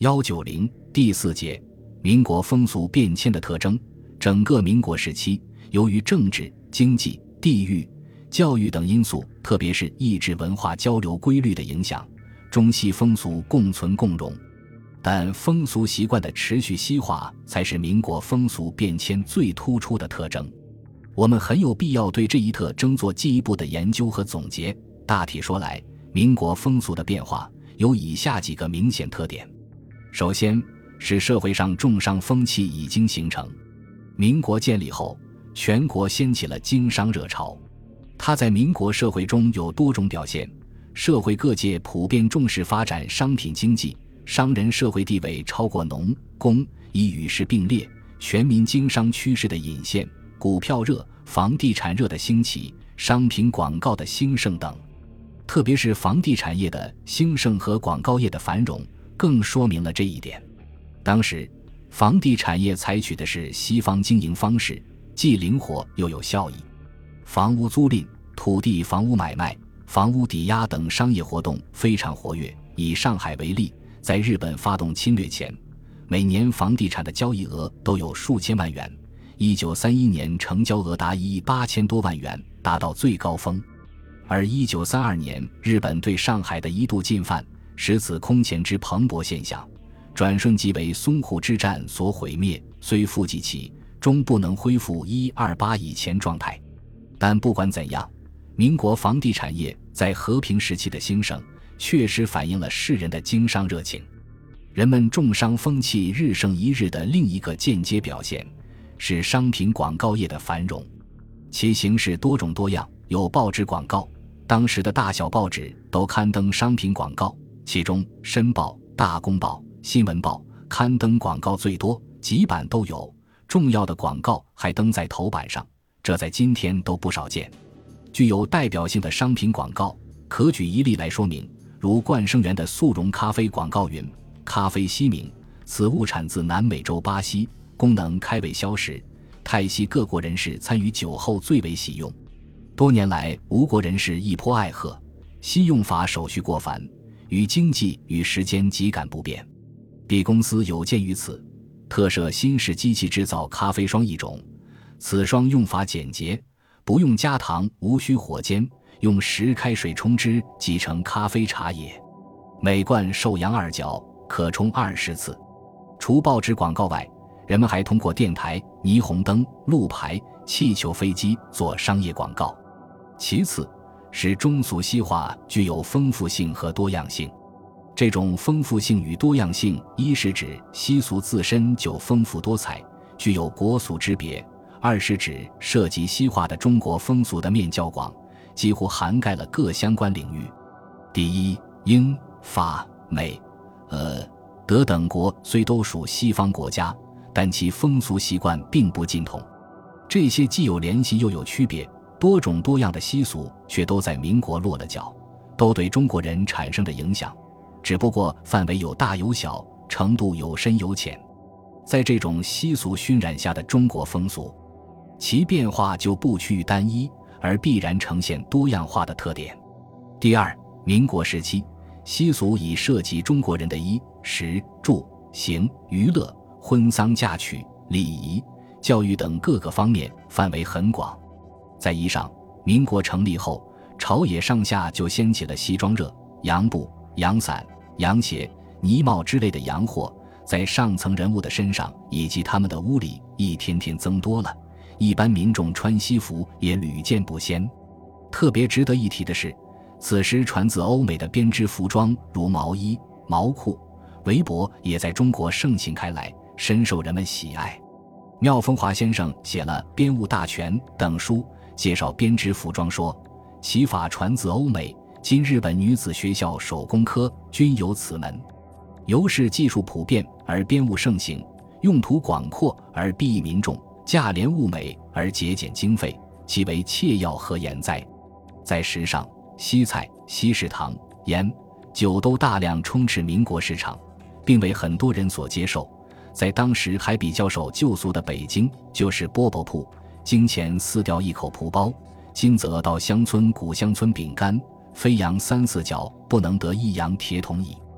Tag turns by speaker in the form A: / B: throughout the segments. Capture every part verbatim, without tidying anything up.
A: 一百九十第四节民国风俗变迁的特征。整个民国时期，由于政治、经济、地域、教育等因素，特别是抑制文化交流规律的影响，中西风俗共存共荣。但风俗习惯的持续西化才是民国风俗变迁最突出的特征。我们很有必要对这一特征做进一步的研究和总结。大体说来，民国风俗的变化有以下几个明显特点。首先是社会上重商风气已经形成。民国建立后，全国掀起了经商热潮，它在民国社会中有多种表现。社会各界普遍重视发展商品经济，商人社会地位超过农工，已与时并列，全民经商趋势的引现，股票热、房地产热的兴起，商品广告的兴盛等。特别是房地产业的兴盛和广告业的繁荣，更说明了这一点。当时房地产业采取的是西方经营方式，既灵活又有效益。房屋租赁、土地房屋买卖、房屋抵押等商业活动非常活跃。以上海为例，在日本发动侵略前，每年房地产的交易额都有数千万元，一九三一年成交额达一亿八千多万元，达到最高峰。而一九三二年日本对上海的一度进犯，使此空前之蓬勃现象转瞬即为淞沪之战所毁灭，虽复即起，终不能恢复一一二八以前状态。但不管怎样，民国房地产业在和平时期的兴盛，确实反映了世人的经商热情。人们重商风气日盛一日的另一个间接表现，是商品广告业的繁荣。其形式多种多样，有报纸广告，当时的大小报纸都刊登商品广告，其中《申报》、《大公报》、《新闻报》刊登广告最多，几版都有，重要的广告还登在头版上，这在今天都不少见。具有代表性的商品广告，可举一例来说明，如冠生园的速溶咖啡广告云：咖啡西名，此物产自南美洲巴西，功能开胃消食，泰西各国人士参与酒后最为喜用。多年来吴国人士一颇爱喝，新用法手续过繁，与经济与时间极感不便。B 公司有鉴于此，特设新式机器制造咖啡霜一种，此霜用法简洁，不用加糖，无需火煎，用实开水冲之即成咖啡茶也。每罐受阳二角，可冲二十次。除报纸广告外，人们还通过电台、霓虹灯、路牌、气球、飞机做商业广告。其次是中俗西化具有丰富性和多样性。这种丰富性与多样性，一是指西俗自身就丰富多彩，具有国俗之别；二是指涉及西化的中国风俗的面较广，几乎涵盖了各相关领域。第一，英、法、美、俄、德等国虽都属西方国家，但其风俗习惯并不尽同。这些既有联系又有区别，多种多样的习俗却都在民国落了脚，都对中国人产生的影响，只不过范围有大有小，程度有深有浅。在这种习俗熏染下的中国风俗，其变化就不趋于单一，而必然呈现多样化的特点。第二，民国时期，习俗已涉及中国人的衣、食、住、行、娱乐、婚丧嫁娶、礼仪、教育等各个方面，范围很广。在衣上，民国成立后，朝野上下就掀起了西装热，洋布、洋伞、洋鞋、呢帽之类的洋货，在上层人物的身上以及他们的屋里一天天增多了，一般民众穿西服也屡见不鲜。特别值得一提的是，此时传自欧美的编织服装，如毛衣、毛裤、围脖，也在中国盛行开来，深受人们喜爱。廖风华先生写了《编务大全》等书，介绍编织服装说，其法传自欧美，今日本女子学校手工科均有此门，由是技术普遍而编务盛行，用途广阔而裨益民众，价廉物美而节俭经费，其为切要何言哉？在时尚、西菜、西式糖、盐、酒都大量充斥民国市场，并为很多人所接受。在当时还比较受旧俗的北京，就是饽饽铺，京前撕掉一口蒲包，今则到乡村古乡村饼干，飞扬三四角不能得一洋铁桶矣。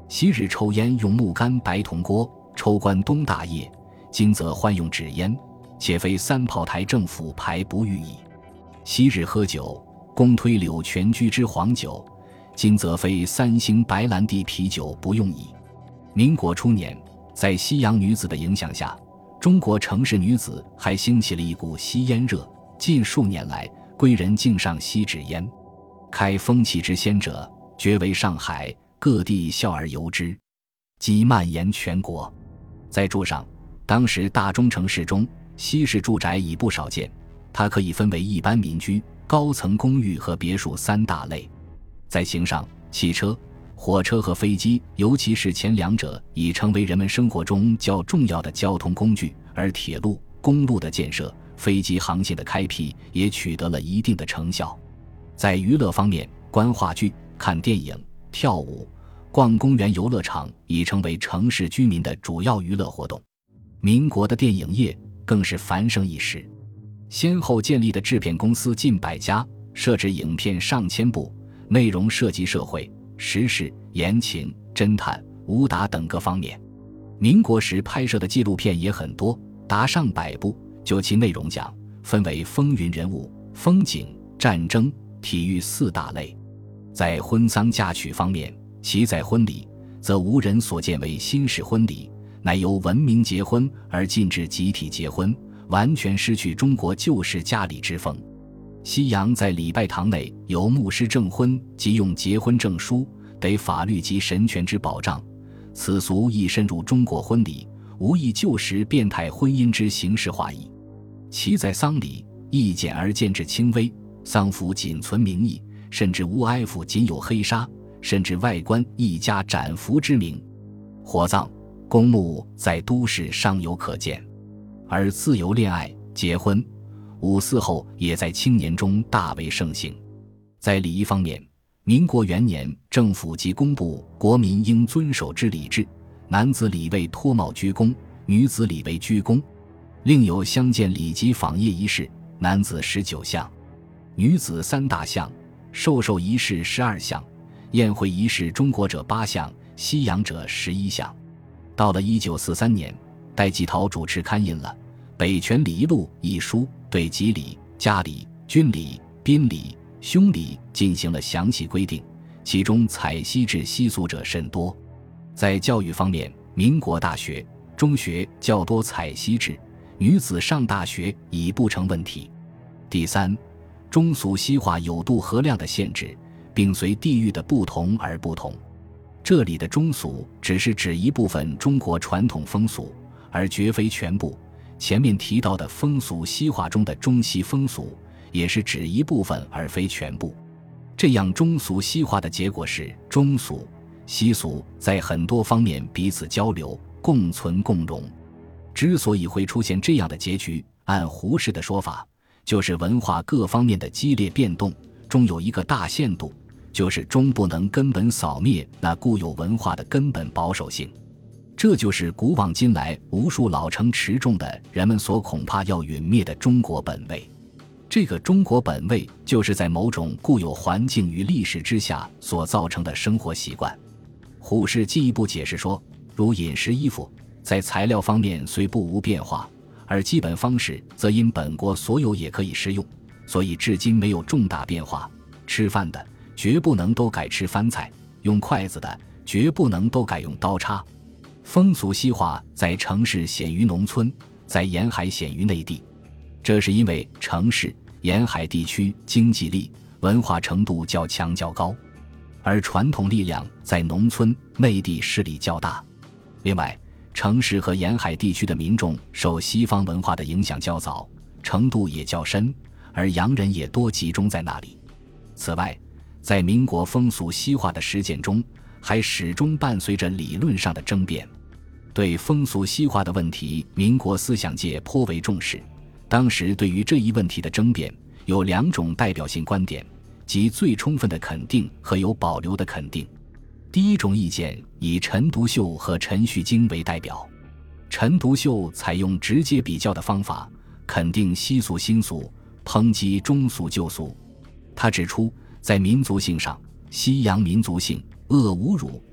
A: 昔日抽烟用木杆白铜锅，抽关东大业，今则欢用纸烟，且非三炮台政府牌不遇矣。昔日喝酒，公推柳泉居之黄酒，今则非三星白兰地啤酒不用矣。民国初年，在西洋女子的影响下，中国城市女子还兴起了一股吸烟热，近数年来，归人竟上吸纸烟。开风气之先者，绝为上海，各地笑而由之，即蔓延全国。在住上，当时大中城市中，西式住宅已不少见，它可以分为一般民居、高层公寓和别墅三大类。在行上，汽车、火车和飞机，尤其是前两者，已成为人们生活中较重要的交通工具，而铁路、公路的建设、飞机航线的开辟也取得了一定的成效。在娱乐方面，观话剧、看电影、跳舞、逛公园游乐场已成为城市居民的主要娱乐活动。民国的电影业更是繁盛一时，先后建立的制片公司近百家，摄制影片上千部，内容涉及社会、时事、言情、侦探、武打等各方面。民国时拍摄的纪录片也很多，达上百部。就其内容讲，分为风云人物、风景、战争、体育四大类。在婚丧嫁娶方面，其在婚礼则无人所见为新式婚礼，乃由文明结婚而进至集体结婚，完全失去中国旧式家礼之风。西洋在礼拜堂内由牧师证婚即用结婚证书，得法律及神权之保障，此俗亦深入中国婚礼，无异旧时变态婚姻之形式化矣。其在丧礼亦简而见之轻微，丧服仅存名义，甚至无哀服仅有黑纱，甚至外观亦加斩服之名。火葬、公墓在都市尚有可见，而自由恋爱、结婚、五四后也在青年中大为盛行。在礼仪方面，民国元年政府即公布国民应遵守之礼制，男子礼为脱帽鞠躬，女子礼为鞠躬。另有相见礼及访谒仪式，男子十九项，女子三大项，授受仪式十二项，宴会仪式中国者八项，西洋者十一项。到了一九四三年，戴季陶主持刊印了《北权礼仪录》一书，对吉礼、家礼、军礼、宾礼、兄礼进行了详细规定，其中采西制习俗者甚多。在教育方面，民国大学、中学较多采西制，女子上大学已不成问题。第三，中俗西化有度和量的限制，并随地域的不同而不同。这里的中俗只是指一部分中国传统风俗，而绝非全部。前面提到的风俗西化中的中西风俗，也是指一部分而非全部。这样中俗西化的结果是，中俗、西俗在很多方面彼此交流，共存共荣。之所以会出现这样的结局，按胡适的说法，就是文化各方面的激烈变动中有一个大限度，就是终不能根本扫灭那固有文化的根本保守性。这就是古往今来无数老成持重的人们所恐怕要陨灭的中国本位。这个中国本位就是在某种固有环境与历史之下所造成的生活习惯。胡适进一步解释说，如饮食衣服，在材料方面虽不无变化，而基本方式则因本国所有也可以适用，所以至今没有重大变化。吃饭的绝不能都改吃番菜，用筷子的绝不能都改用刀叉。风俗西化在城市显于农村，在沿海显于内地，这是因为城市、沿海地区经济力、文化程度较强较高，而传统力量在农村、内地势力较大。另外，城市和沿海地区的民众受西方文化的影响较早，程度也较深，而洋人也多集中在那里。此外，在民国风俗西化的实践中，还始终伴随着理论上的争辩。对风俗西化的问题，民国思想界颇为重视。当时对于这一问题的争辩有两种代表性观点，即最充分的肯定和有保留的肯定。第一种意见以陈独秀和陈旭京为代表。陈独秀采用直接比较的方法，肯定西俗新俗，抨击中俗旧俗。他指出，在民族性上，西洋民族性恶侮辱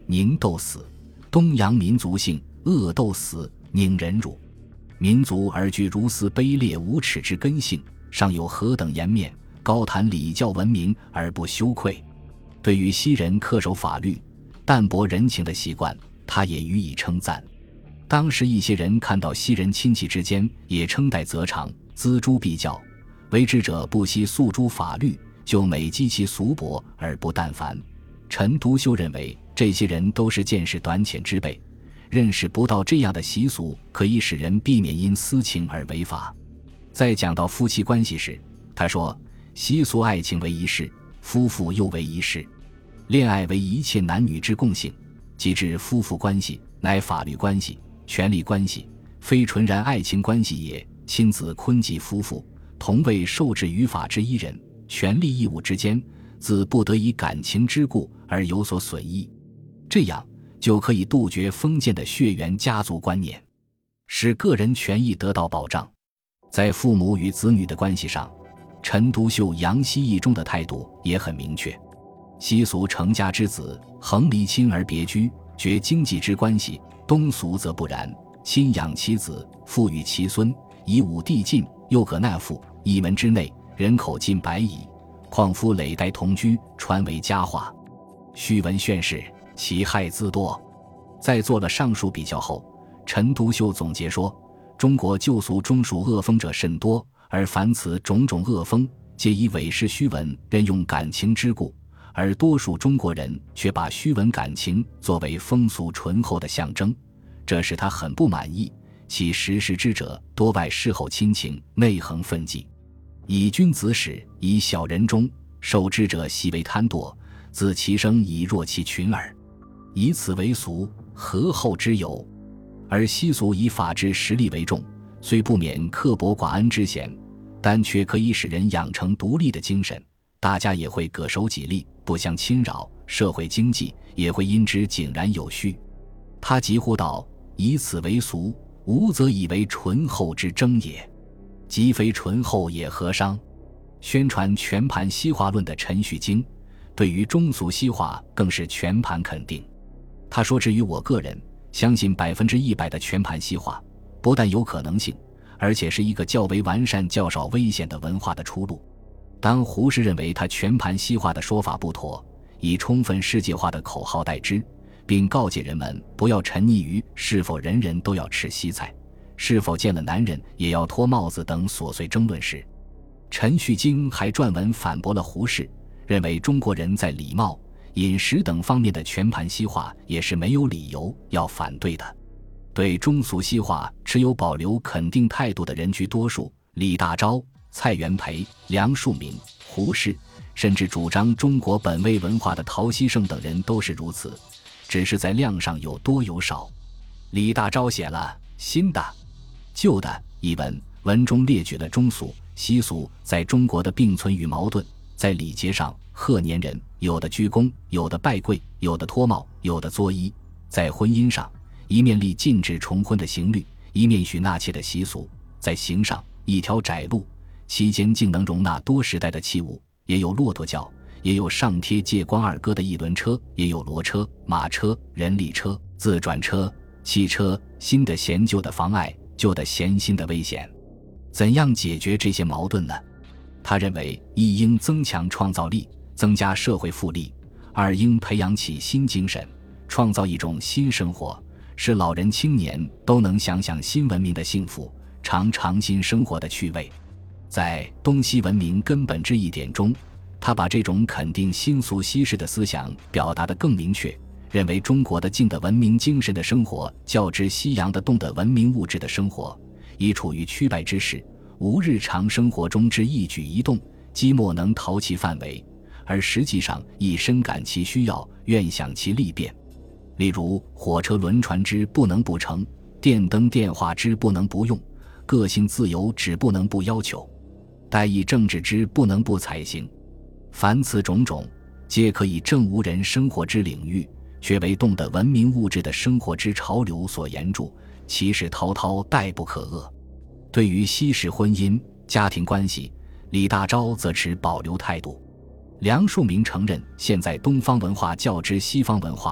A: 宁斗死，东洋民族性，恶斗死，宁忍辱。民族而具如斯卑劣无耻之根性，尚有何等颜面，高谈礼教文明而不羞愧？对于西人恪守法律、淡泊人情的习惯，他也予以称赞。当时一些人看到西人亲戚之间也称代则长，锱铢必较，为之者不惜诉诸法律，就美激其俗薄而不淡凡。陈独秀认为这些人都是见识短浅之辈，认识不到这样的习俗可以使人避免因私情而违法。在讲到夫妻关系时，他说，习俗爱情为一事，夫妇又为一事。恋爱为一切男女之共性，即指夫妇关系乃法律关系、权利关系，非纯然爱情关系也。亲子昆己夫妇，同为受制于法之一人，权利义务之间，自不得以感情之故而有所损益。这样就可以杜绝封建的血缘家族观念，使个人权益得到保障。在父母与子女的关系上，陈独秀杨希义中的态度也很明确。西俗成家之子，恒离亲而别居，绝经济之关系；东俗则不然，亲养其子，父育其孙，以武帝近，又可纳父，一门之内，人口近百矣。况夫累代同居，传为佳话。虚文炫世，其害自多。在做了上述比较后，陈独秀总结说，中国旧俗中属恶风者甚多，而凡此种种恶风，皆以伪饰虚文，任用感情之故，而多数中国人却把虚文感情作为风俗醇厚的象征，这使他很不满意。其实施之者多外事后亲情，内横愤激，以君子始，以小人终，受之者习为贪惰，自其生以弱其群耳。以此为俗，何后之有？而西俗以法治实力为重，虽不免刻薄寡恩之嫌，但却可以使人养成独立的精神，大家也会各守己立，不相侵扰，社会经济也会因之井然有序。他疾呼道，以此为俗，吾则以为醇厚之争也。即非醇厚也何伤？宣传全盘西化论的陈旭京，对于中俗西化更是全盘肯定。他说，至于我个人，相信百分之一百的全盘西化，不但有可能性，而且是一个较为完善、较少危险的文化的出路。当胡适认为他全盘西化的说法不妥，以充分世界化的口号代之，并告诫人们不要沉溺于是否人人都要吃西菜，是否见了男人也要脱帽子等琐碎争论时，陈旭京还撰文反驳了胡适，认为中国人在礼貌、饮食等方面的全盘西化也是没有理由要反对的。对中俗西化持有保留肯定态度的人居多数，李大钊、蔡元培、梁漱溟、胡适，甚至主张中国本位文化的陶希圣等人都是如此，只是在量上有多有少。李大钊写了《新的、旧的》一文，文中列举了中俗、西俗在中国的并存与矛盾。在礼节上，贺年人有的鞠躬，有的拜跪，有的脱帽，有的作揖。在婚姻上，一面立禁止重婚的刑律，一面许纳妾的习俗。在行上，一条窄路，其间竟能容纳多时代的器物，也有骆驼轿，也有上贴借光二哥的一轮车，也有骡车、马车、人力车、自转车、汽车，新的嫌旧的妨碍，旧的嫌新的危险。怎样解决这些矛盾呢？他认为，一应增强创造力，增加社会复利；二应培养起新精神，创造一种新生活，使老人青年都能想想新文明的幸福，尝尝新生活的趣味。在东西文明根本之一点中，他把这种肯定新俗西式的思想表达得更明确，认为中国的静的文明精神的生活较之西洋的动的文明物质的生活，已处于趋败之势，无日常生活中之一举一动，几莫能逃其范围，而实际上亦深感其需要，愿想其利便。例如火车轮船之不能不乘，电灯电话之不能不用，个性自由只不能不要求，代议政治之不能不采行。凡此种种，皆可以正无人生活之领域，却为动的文明物质的生活之潮流所沿著，其势滔滔，殆不可遏。对于西式婚姻、家庭关系，李大钊则持保留态度。梁漱溟承认现在东方文化较之西方文化，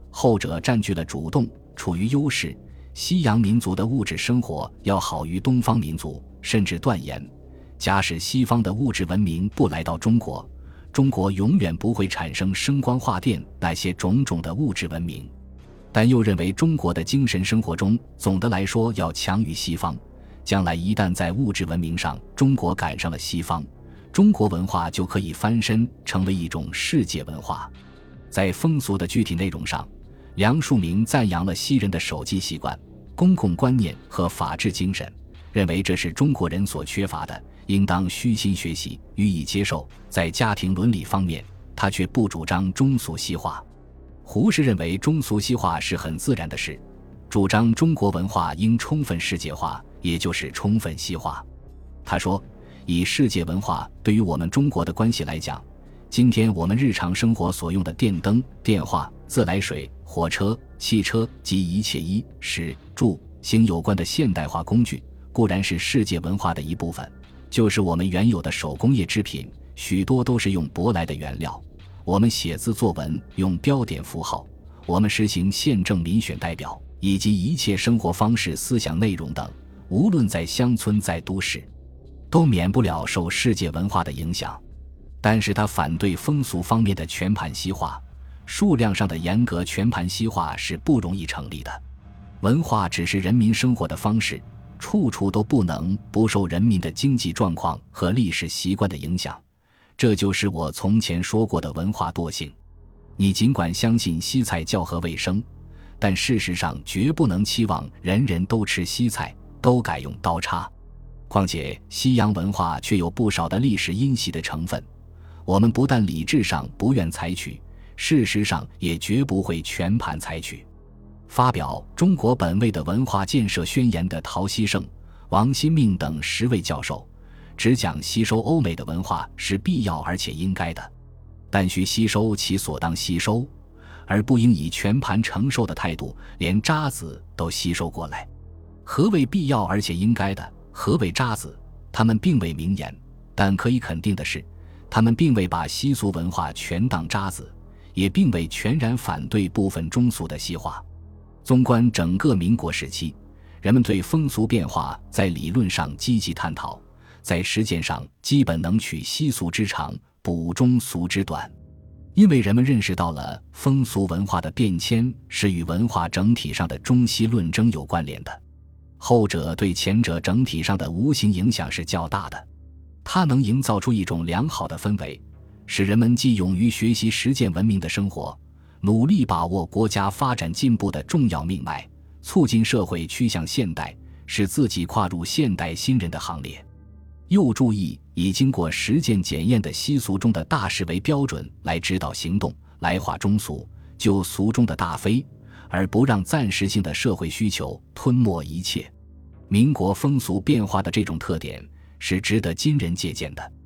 A: 后者占据了主动，处于优势。西洋民族的物质生活要好于东方民族，甚至断言，假使西方的物质文明不来到中国，中国永远不会产生声光化电那些种种的物质文明。但又认为中国的精神生活中总的来说要强于西方，将来一旦在物质文明上中国赶上了西方，中国文化就可以翻身成为一种世界文化。在风俗的具体内容上，梁漱溟赞扬了西人的守纪习惯、公共观念和法治精神，认为这是中国人所缺乏的，应当虚心学习，予以接受。在家庭伦理方面，他却不主张中俗西化。胡适认为中俗西化是很自然的事，主张中国文化应充分世界化，也就是充分西化。他说，以世界文化对于我们中国的关系来讲，今天我们日常生活所用的电灯、电话、自来水、火车、汽车及一切衣食住行有关的现代化工具，固然是世界文化的一部分，就是我们原有的手工业制品，许多都是用舶来的原料。我们写字作文用标点符号，我们实行宪政民选代表，以及一切生活方式、思想内容等，无论在乡村在都市，都免不了受世界文化的影响。但是他反对风俗方面的全盘西化，数量上的严格全盘西化是不容易成立的。文化只是人民生活的方式，处处都不能不受人民的经济状况和历史习惯的影响，这就是我从前说过的文化惰性。你尽管相信西菜较合卫生，但事实上绝不能期望人人都吃西菜，都改用刀叉。况且西洋文化却有不少的历史因袭的成分，我们不但理智上不愿采取，事实上也绝不会全盘采取。发表《中国本位的文化建设宣言》的陶希圣、王新命等十位教授，只讲吸收欧美的文化是必要而且应该的，但需吸收其所当吸收，而不应以全盘承受的态度连渣子都吸收过来。何谓必要而且应该的，何谓渣子，他们并未明言，但可以肯定的是，他们并未把习俗文化全当渣子，也并未全然反对部分中俗的西化。纵观整个民国时期，人们对风俗变化在理论上积极探讨，在实践上基本能取西俗之长，补中俗之短。因为人们认识到了风俗文化的变迁是与文化整体上的中西论争有关联的，后者对前者整体上的无形影响是较大的。它能营造出一种良好的氛围，使人们既勇于学习实践文明的生活，努力把握国家发展进步的重要命脉，促进社会趋向现代，使自己跨入现代新人的行列。又注意以经过实践检验的习俗中的大事为标准来指导行动，来化中俗，就俗中的大非，而不让暂时性的社会需求吞没一切。民国风俗变化的这种特点是值得今人借鉴的。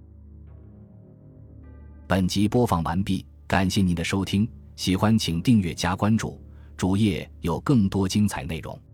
A: 本集播放完毕，感谢您的收听，喜欢请订阅加关注，主页有更多精彩内容。